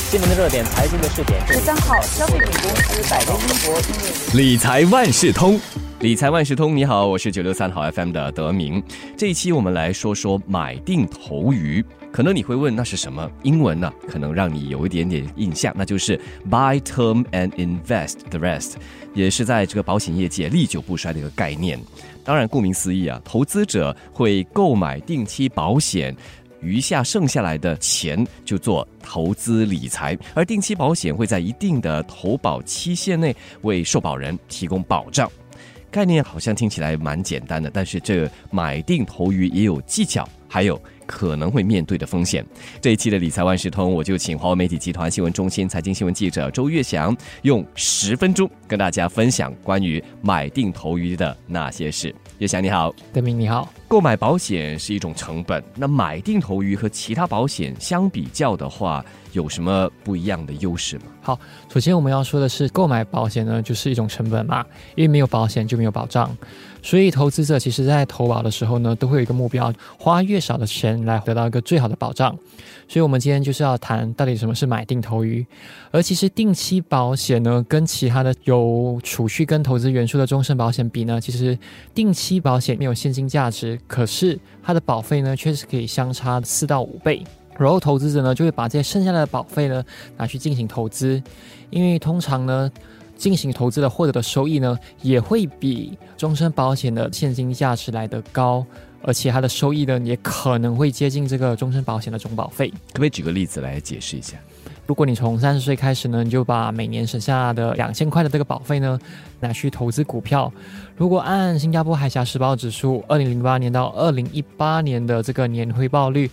新闻的热点，财经的试点。 13号，消费品公司百威英博理财万事通。理财万事通，你好，我是963好 FM 的德明。这一期我们来说说买定投余。可能你会问那是什么？英文呢，可能让你有一点点印象，那就是 buy term and invest the rest， 也是在这个保险业界历久不衰的一个概念。当然顾名思义啊，投资者会购买定期保险，余下剩下来的钱就做投资理财，而定期保险会在一定的投保期限内为受保人提供保障。概念好像听起来蛮简单的，但是这买定投余也有技巧，还有可能会面对的风险。这一期的理财万事通，我就请华为媒体集团新闻中心财经新闻记者周岳祥用10分钟跟大家分享关于买定投余的那些事。岳祥你好。 德明你好。 购买保险是一种成本，那买定投余和其他保险相比较的话，有什么不一样的优势吗？ 好，首先我们要说的是，购买保险呢就是一种成本嘛，因为没有保险就没有保障，所以投资者其实在投保的时候呢，都会有一个目标，花越少的钱来得到一个最好的保障。所以我们今天就是要谈到底什么是买定投余。而其实定期保险呢，跟其他的有储蓄跟投资元素的终身保险比呢，其实定期保险没有现金价值，可是它的保费呢确实可以相差4到5倍。然后投资者呢就会把这些剩下的保费呢拿去进行投资，因为通常呢进行投资的获得的收益呢也会比终身保险的现金价值来得高，而且它的收益呢也可能会接近这个终身保险的总保费。 可不可以举个例子来解释一下？ 如果你从30岁开始呢，你就把每年省下的2000块的这个保费呢拿去投资股票。如果按新加坡海峡时报指数2008年到2018年的这个年回报率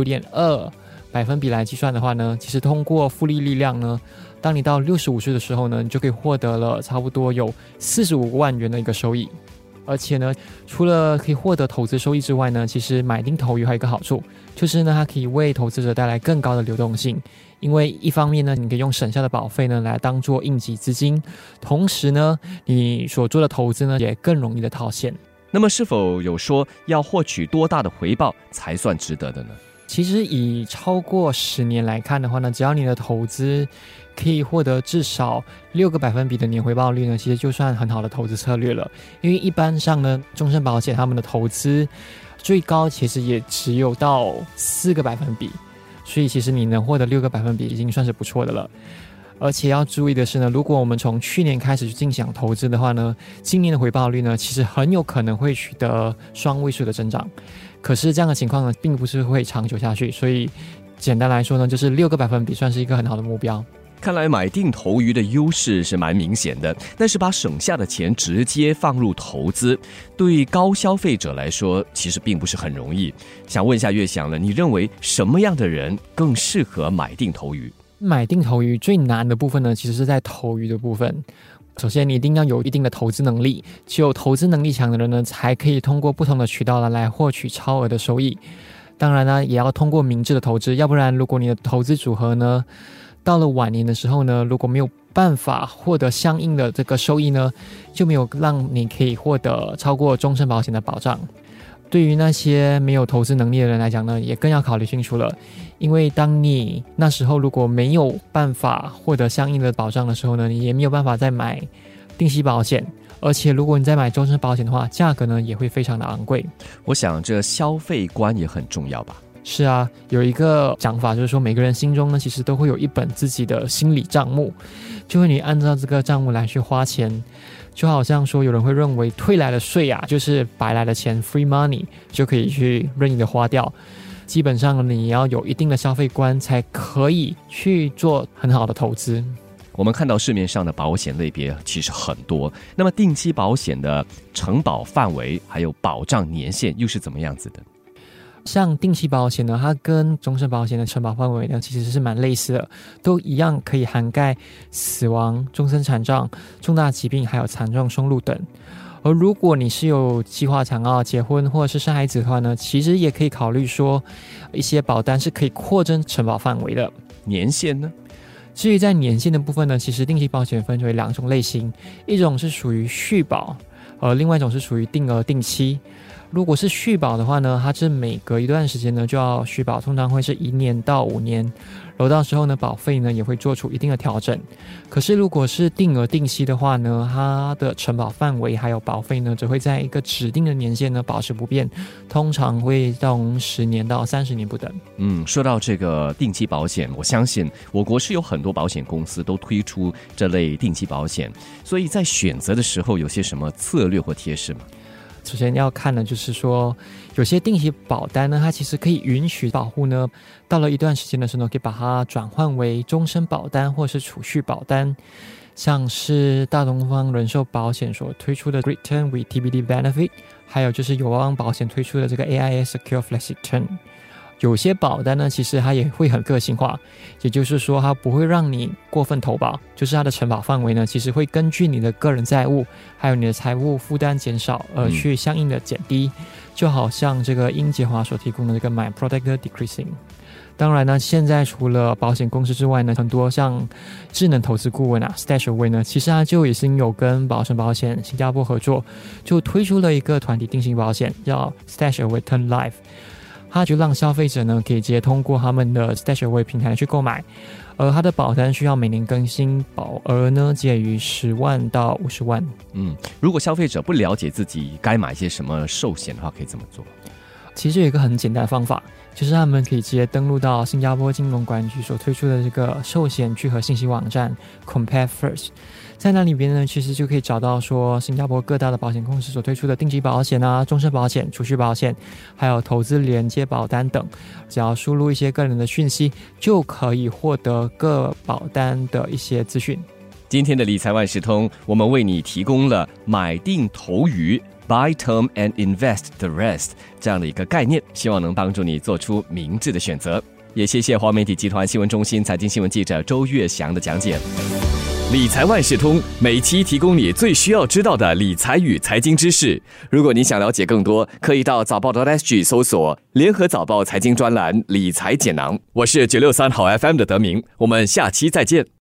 9.2% 来计算的话呢，其实通过复利力量呢，当你到65岁的时候呢，你就可以获得了差不多有45万元的一个收益。而且呢，除了可以获得投资收益之外呢，其实买定投余还有一个好处，就是呢，它可以为投资者带来更高的流动性。因为一方面呢，你可以用省下的保费呢来当做应急资金，同时呢，你所做的投资呢也更容易的套现。 那么是否有说要获取多大的回报才算值得的呢？ 其实以超过10年来看的话呢，只要你的投资可以获得至少6个百分比的年回报率呢，其实就算很好的投资策略了。因为一般上呢，终身保险他们的投资最高其实也只有到4个百分比，所以其实你能获得6个百分比已经算是不错的了。而且要注意的是呢，如果我们从去年开始去进行投资的话呢，今年的回报率呢，其实很有可能会取得双位数的增长。可是这样的情况呢，并不是会长久下去，所以简单来说呢，就是6个百分比算是一个很好的目标。 看来买定投余的优势是蛮明显的，但是把省下的钱直接放入投资，对高消费者来说其实并不是很容易。想问一下岳祥了，你认为什么样的人更适合买定投余？ 买定投余最难的部分呢，其实是在投余的部分。首先你一定要有一定的投资能力，只有投资能力强的人呢，才可以通过不同的渠道来获取超额的收益。当然呢，也要通过明智的投资，要不然如果你的投资组合呢到了晚年的时候呢，如果没有办法获得相应的这个收益呢，就没有让你可以获得超过终身保险的保障。对于那些没有投资能力的人来讲呢，也更要考虑清楚了。因为当你那时候如果没有办法获得相应的保障的时候呢，你也没有办法再买定期保险，而且如果你再买终身保险的话，价格呢也会非常的昂贵。 我想这消费观也很重要吧。 是啊，有一个讲法就是说，每个人心中呢其实都会有一本自己的心理账目，就会你按照这个账目来去花钱。就好像说有人会认为退来的税啊就是白来的钱 free money， 就可以去任意的花掉。基本上你要有一定的消费观才可以去做很好的投资。 我们看到市面上的保险类别其实很多，那么定期保险的承保范围还有保障年限又是怎么样子的？ 像定期保险呢，它跟终身保险的承保范围呢其实是蛮类似的，都一样可以涵盖死亡、终身残障、重大疾病还有残障收入等。而如果你是有计划想要结婚或者是生孩子的话呢，其实也可以考虑说一些保单是可以扩增承保范围的。 年限呢？ 至于在年限的部分呢，其实定期保险分为2种类型，一种是属于续保，另外一种是属于定额定期。 如果是续保的话呢，它是每隔一段时间呢就要续保，通常会是1年到5年，然后到时候呢保费呢也会做出一定的调整。可是如果是定额定息的话呢，它的承保范围还有保费呢，只会在一个指定的年限呢保持不变，通常会从10年到30年不等。 说到这个定期保险，我相信我国是有很多保险公司都推出这类定期保险，所以在选择的时候有些什么策略或贴士吗？ 首先要看的就是说，有些定期保单呢，它其实可以允许保护呢，到了一段时间的时候呢，可以把它转换为终身保单或是储蓄保单，像是大东方人寿保险所推出的 Return with TBD Benefit， 还有就是友邦保险推出的这个 AIA Secure Flexi Term。有些保单呢，其实它也会很个性化，也就是说它不会让你过分投保，就是它的承保范围呢，其实会根据你的个人债务还有你的财务负担减少而去相应的减低，就好像这个英杰华所提供的这个 My Product Decreasing。当然呢，现在除了保险公司之外呢，很多像智能投资顾问StashAway 呢，其实它就已经有跟保诚保险新加坡合作，就推出了一个团体定型保险，叫 StashAway Term Life。它就让消费者呢可以直接通过他们的 StashAway 平台去购买，而它的保单需要每年更新，保额呢介于10万到50万。 如果消费者不了解自己该买些什么寿险的话，可以怎么做？ 其实有一个很简单的方法，就是他们可以直接登录到新加坡金融管理局所推出的这个寿险聚合信息网站 Compare First。在那里边呢，其实就可以找到说新加坡各大的保险公司所推出的定期保险啊、终身保险、储蓄保险，还有投资连接保单等。只要输入一些个人的讯息，就可以获得各保单的一些资讯。 今天的理财万事通，我们为你提供了买定投余 Buy term and invest the rest 这样的一个概念，希望能帮助你做出明智的选择。也谢谢华媒体集团新闻中心财经新闻记者周月翔的讲解。理财万事通每期提供你最需要知道的理财与财经知识。如果你想了解更多，可以到早报.sg 搜索联合早报财经专栏理财简囊。我是963好 FM 的德明，我们下期再见。